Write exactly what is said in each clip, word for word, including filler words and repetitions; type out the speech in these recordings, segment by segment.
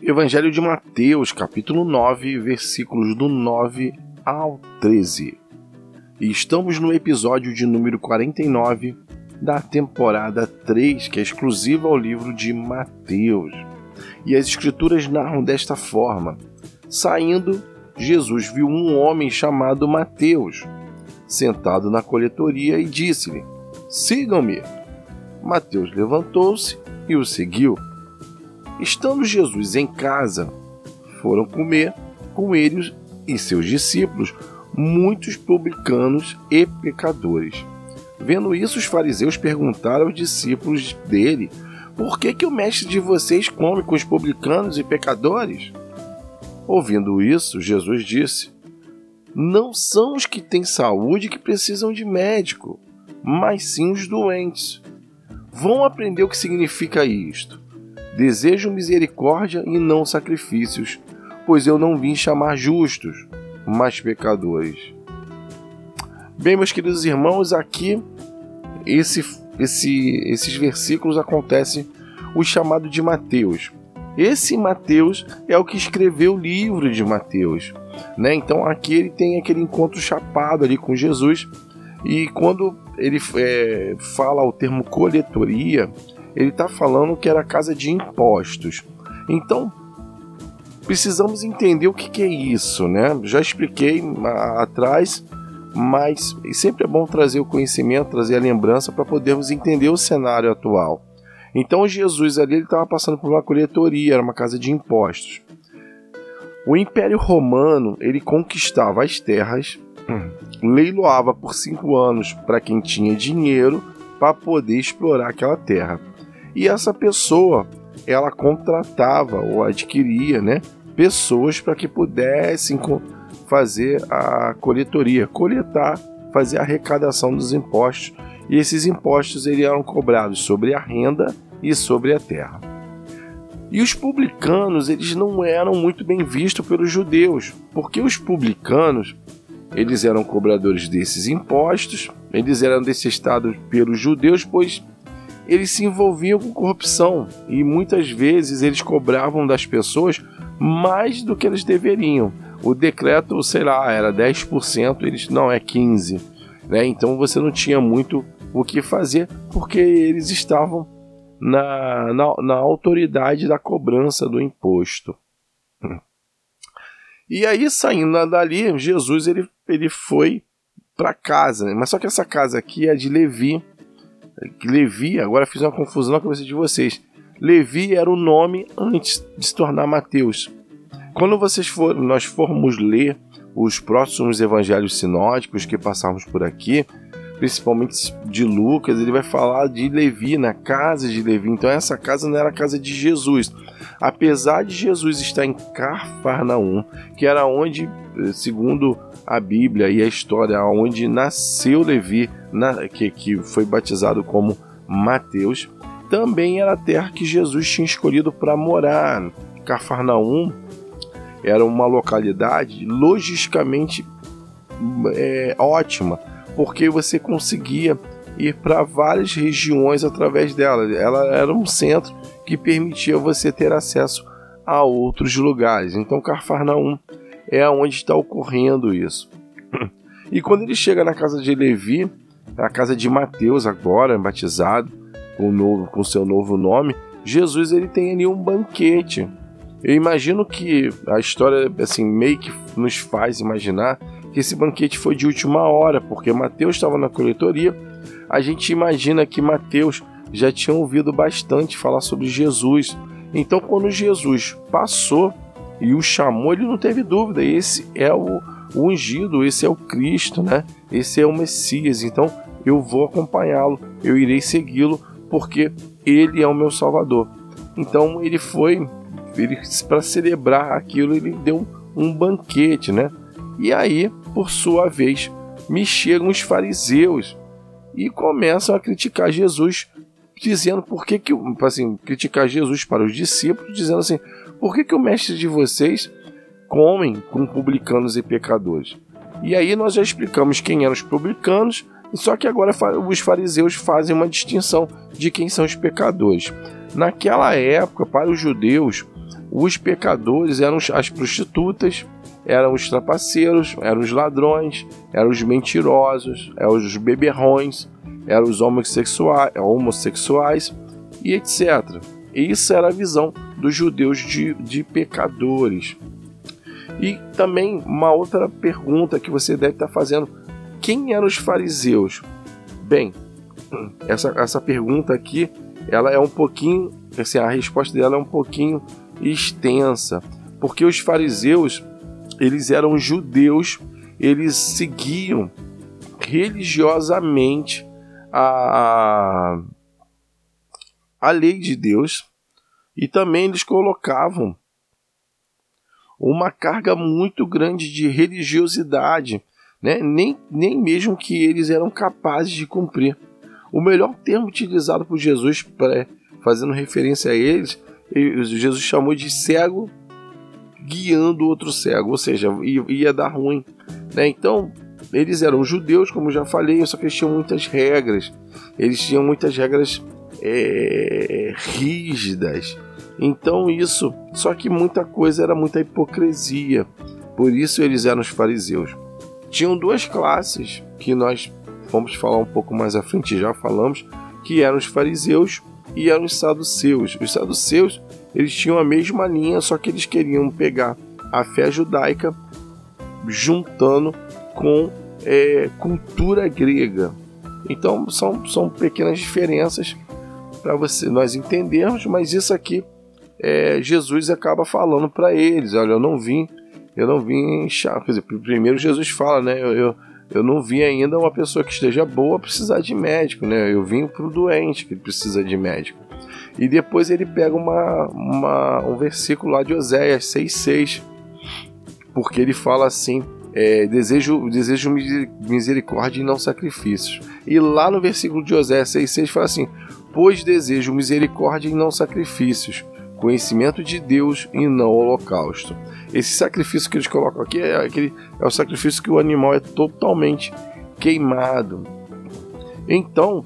Evangelho de Mateus, capítulo nove, versículos do nove ao treze. E estamos no episódio de número quarenta e nove da temporada três, que é exclusiva ao livro de Mateus. E as escrituras narram desta forma: saindo, Jesus viu um homem chamado Mateus, sentado na coletoria, e disse-lhe: sigam-me. Mateus levantou-se e o seguiu. Estando Jesus em casa, foram comer com ele e seus discípulos muitos publicanos e pecadores. Vendo isso, os fariseus perguntaram aos discípulos dele: por que que o mestre de vocês come com os publicanos e pecadores? Ouvindo isso, Jesus disse: não são os que têm saúde que precisam de médico, mas sim os doentes. Vão aprender o que significa isto. Desejo misericórdia e não sacrifícios, pois eu não vim chamar justos, mas pecadores. Bem, meus queridos irmãos, aqui esse, esse, esses versículos acontecem o chamado de Mateus. Esse Mateus é o que escreveu o livro de Mateus, né? Então aqui ele tem aquele encontro chapado ali com Jesus, e quando ele é, fala o termo coletoria, ele está falando que era casa de impostos. Então precisamos entender o que, que é isso, né? Já expliquei a, atrás, mas sempre é bom trazer o conhecimento, trazer a lembrança para podermos entender o cenário atual. Então Jesus ali estava passando por uma coletoria, era uma casa de impostos. O Império Romano ele conquistava as terras, leiloava por cinco anos para quem tinha dinheiro para poder explorar aquela terra. E essa pessoa, ela contratava ou adquiria, né, pessoas para que pudessem fazer a coletoria, coletar, fazer a arrecadação dos impostos. E esses impostos eles eram cobrados sobre a renda e sobre a terra. E os publicanos, eles não eram muito bem vistos pelos judeus, porque os publicanos, eles eram cobradores desses impostos, eles eram detestados pelos judeus, pois eles se envolviam com corrupção e muitas vezes eles cobravam das pessoas mais do que eles deveriam. O decreto, sei lá, era dez por cento, eles não, é quinze por cento, né? Então você não tinha muito o que fazer, porque eles estavam na, na, na autoridade da cobrança do imposto. E aí, saindo dali, Jesus ele, ele foi para casa, né? Mas só que essa casa aqui é de Levi. Levi, agora fiz uma confusão na cabeça de vocês. Levi era o nome antes de se tornar Mateus. Quando vocês for, nós formos ler os próximos evangelhos sinóticos que passarmos por aqui, principalmente de Lucas, ele vai falar de Levi, na casa de Levi. Então essa casa não era a casa de Jesus. Apesar de Jesus estar em Cafarnaum, que era onde, segundo a Bíblia e a história, onde nasceu Levi, na, que, que foi batizado como Mateus, também era a terra que Jesus tinha escolhido para morar. Cafarnaum era uma localidade logisticamente é, ótima, porque você conseguia ir para várias regiões através dela. Ela era um centro que permitia você ter acesso a outros lugares. Então Cafarnaum é onde está ocorrendo isso. E quando ele chega na casa de Levi, na casa de Mateus agora, batizado com o novo, com seu novo nome, Jesus ele tem ali um banquete. Eu imagino que a história assim, meio que nos faz imaginar que esse banquete foi de última hora, porque Mateus estava na coletoria. A gente imagina que Mateus já tinha ouvido bastante falar sobre Jesus. Então quando Jesus passou e o chamou, ele não teve dúvida: esse é o, o ungido, esse é o Cristo, né? Esse é o Messias, então eu vou acompanhá-lo, eu irei segui-lo, porque ele é o meu Salvador. Então ele foi, ele, para celebrar aquilo, ele deu um banquete, né? E aí, por sua vez, me chegam os fariseus e começam a criticar Jesus, dizendo por que que, assim, criticar Jesus para os discípulos, dizendo assim: por que que o mestre de vocês comem com publicanos e pecadores? E aí nós já explicamos quem eram os publicanos, só que agora os fariseus fazem uma distinção de quem são os pecadores. Naquela época, para os judeus, os pecadores eram as prostitutas, eram os trapaceiros, eram os ladrões, eram os mentirosos, eram os beberrões, eram os homossexuais, homossexuais e etcétera. Isso era a visão dos judeus de, de pecadores. E também uma outra pergunta que você deve estar fazendo: quem eram os fariseus? Bem, essa, essa pergunta aqui, ela é um pouquinho, assim, a resposta dela é um pouquinho extensa, porque os fariseus, eles eram judeus, eles seguiam religiosamente a, a lei de Deus, e também eles colocavam uma carga muito grande de religiosidade, né? nem, nem mesmo que eles eram capazes de cumprir. O melhor termo utilizado por Jesus, pra, fazendo referência a eles, Jesus chamou de cego guiando outro cego, ou seja, ia, ia dar ruim, né? Então, eles eram judeus, como já falei, só que eles tinham muitas regras, eles tinham muitas regras é, rígidas. Então isso, só que muita coisa era muita hipocrisia, por isso eles eram os fariseus. Tinham duas classes que nós vamos falar um pouco mais à frente, já falamos, que eram os fariseus e eram os saduceus. Os saduceus, eles tinham a mesma linha, só que eles queriam pegar a fé judaica juntando com é, cultura grega. Então são, são pequenas diferenças para você nós entendermos, mas isso aqui é, Jesus acaba falando para eles: olha, eu não vim, eu não vim, quer dizer, primeiro Jesus fala, né, eu, eu, eu não vi ainda uma pessoa que esteja boa precisar de médico, né, eu vim para o doente que precisa de médico. E depois ele pega uma, uma, um versículo lá de Oséias seis seis, porque ele fala assim: é, desejo, desejo misericórdia e não sacrifícios. E lá no versículo de Oséias seis seis fala assim: pois desejo misericórdia e não sacrifícios, conhecimento de Deus e não holocausto. Esse sacrifício que eles colocam aqui é, aquele, é o sacrifício que o animal é totalmente queimado. Então,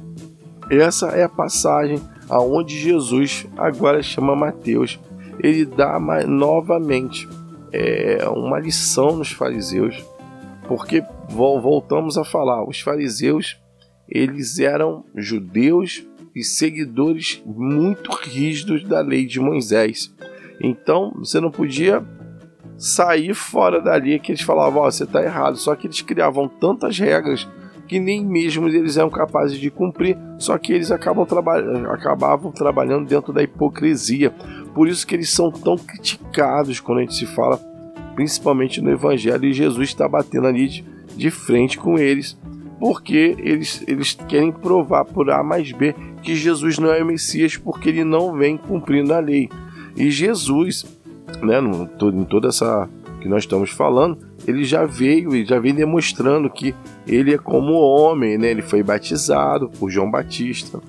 essa é a passagem aonde Jesus agora chama Mateus. Ele dá mais, novamente é, uma lição nos fariseus, porque voltamos a falar, os fariseus, eles eram judeus e seguidores muito rígidos da lei de Moisés. Então você não podia sair fora dali, que eles falavam: oh, você está errado. Só que eles criavam tantas regras que nem mesmo eles eram capazes de cumprir, só que eles acabam traba- acabavam trabalhando dentro da hipocrisia. Por isso que eles são tão criticados quando a gente se fala, principalmente no Evangelho, e Jesus está batendo ali de, de frente com eles, porque eles, eles querem provar por A mais B que Jesus não é o Messias, porque ele não vem cumprindo a lei. E Jesus, né, no, em toda essa que nós estamos falando, ele já veio e já vem demonstrando que ele é como homem, né? Ele foi batizado por João Batista.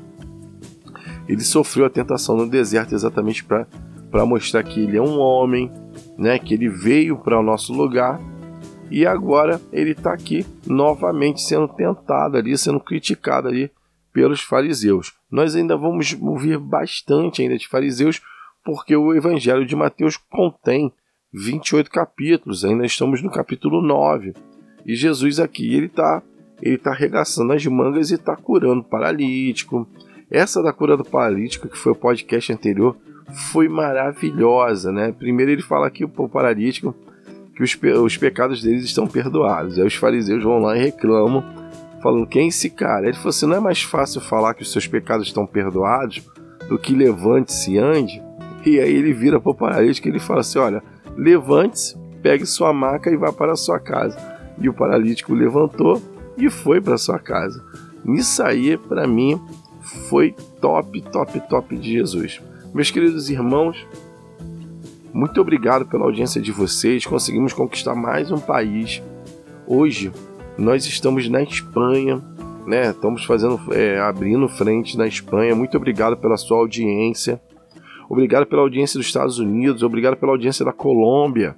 Ele sofreu a tentação no deserto exatamente para para mostrar que ele é um homem, né? Que ele veio para o nosso lugar. E agora ele está aqui novamente sendo tentado ali, sendo criticado ali pelos fariseus. Nós ainda vamos ouvir bastante ainda de fariseus, porque o Evangelho de Mateus contém vinte e oito capítulos, ainda estamos no capítulo nove. E Jesus aqui, ele está ele tá arregaçando as mangas e está curando paralítico. Essa da cura do paralítico, que foi o podcast anterior, foi maravilhosa, né? Primeiro ele fala aqui o paralítico que os, pe- os pecados deles estão perdoados. Aí os fariseus vão lá e reclamam, falando: quem é esse cara? Ele falou assim: não é mais fácil falar que os seus pecados estão perdoados do que levante-se e ande? E aí ele vira para o paralítico e ele fala assim: olha, levante-se, pegue sua maca e vá para a sua casa. E o paralítico levantou e foi para sua casa. Isso aí, para mim, foi top, top, top de Jesus. Meus queridos irmãos, muito obrigado pela audiência de vocês. Conseguimos conquistar mais um país. Hoje nós estamos na Espanha, né? Estamos fazendo, é, abrindo frente na Espanha. Muito obrigado pela sua audiência. Obrigado pela audiência dos Estados Unidos. Obrigado pela audiência da Colômbia.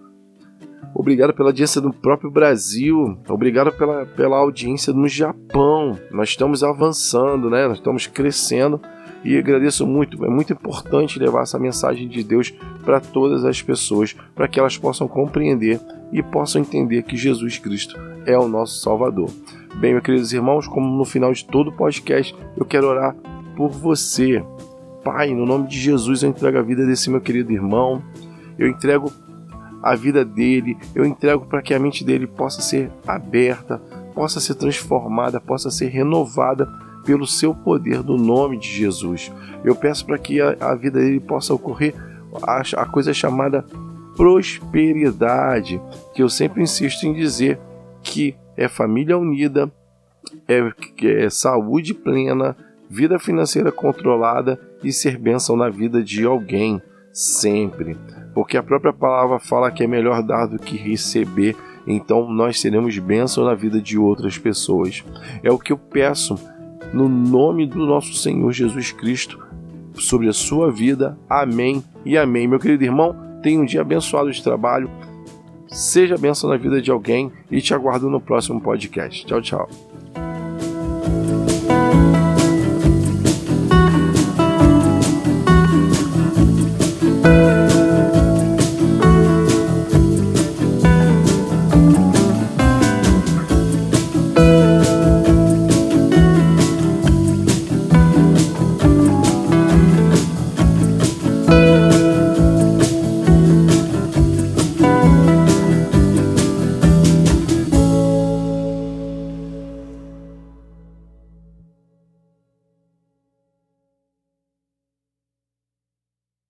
Obrigado pela audiência do próprio Brasil. Obrigado pela, pela audiência no Japão. Nós estamos avançando, né? Nós estamos crescendo E agradeço muito, é muito importante levar essa mensagem de Deus para todas as pessoas, para que elas possam compreender e possam entender que Jesus Cristo é o nosso Salvador. Bem, meus queridos irmãos, como no final de todo o podcast, eu quero orar por você. Pai, no nome de Jesus, eu entrego a vida desse meu querido irmão, eu entrego a vida dele, eu entrego para que a mente dele possa ser aberta, possa ser transformada, possa ser renovada pelo seu poder do nome de Jesus. Eu peço para que a, a vida dele possa ocorrer a, a coisa chamada prosperidade, que eu sempre insisto em dizer que é família unida, é, é saúde plena, vida financeira controlada e ser bênção na vida de alguém, sempre. Porque a própria palavra fala que é melhor dar do que receber, então nós seremos bênção na vida de outras pessoas. É o que eu peço no nome do nosso Senhor Jesus Cristo sobre a sua vida. Amém e amém. Meu querido irmão, tenha um dia abençoado de trabalho, seja bênção na vida de alguém e te aguardo no próximo podcast. Tchau, tchau. Thank you.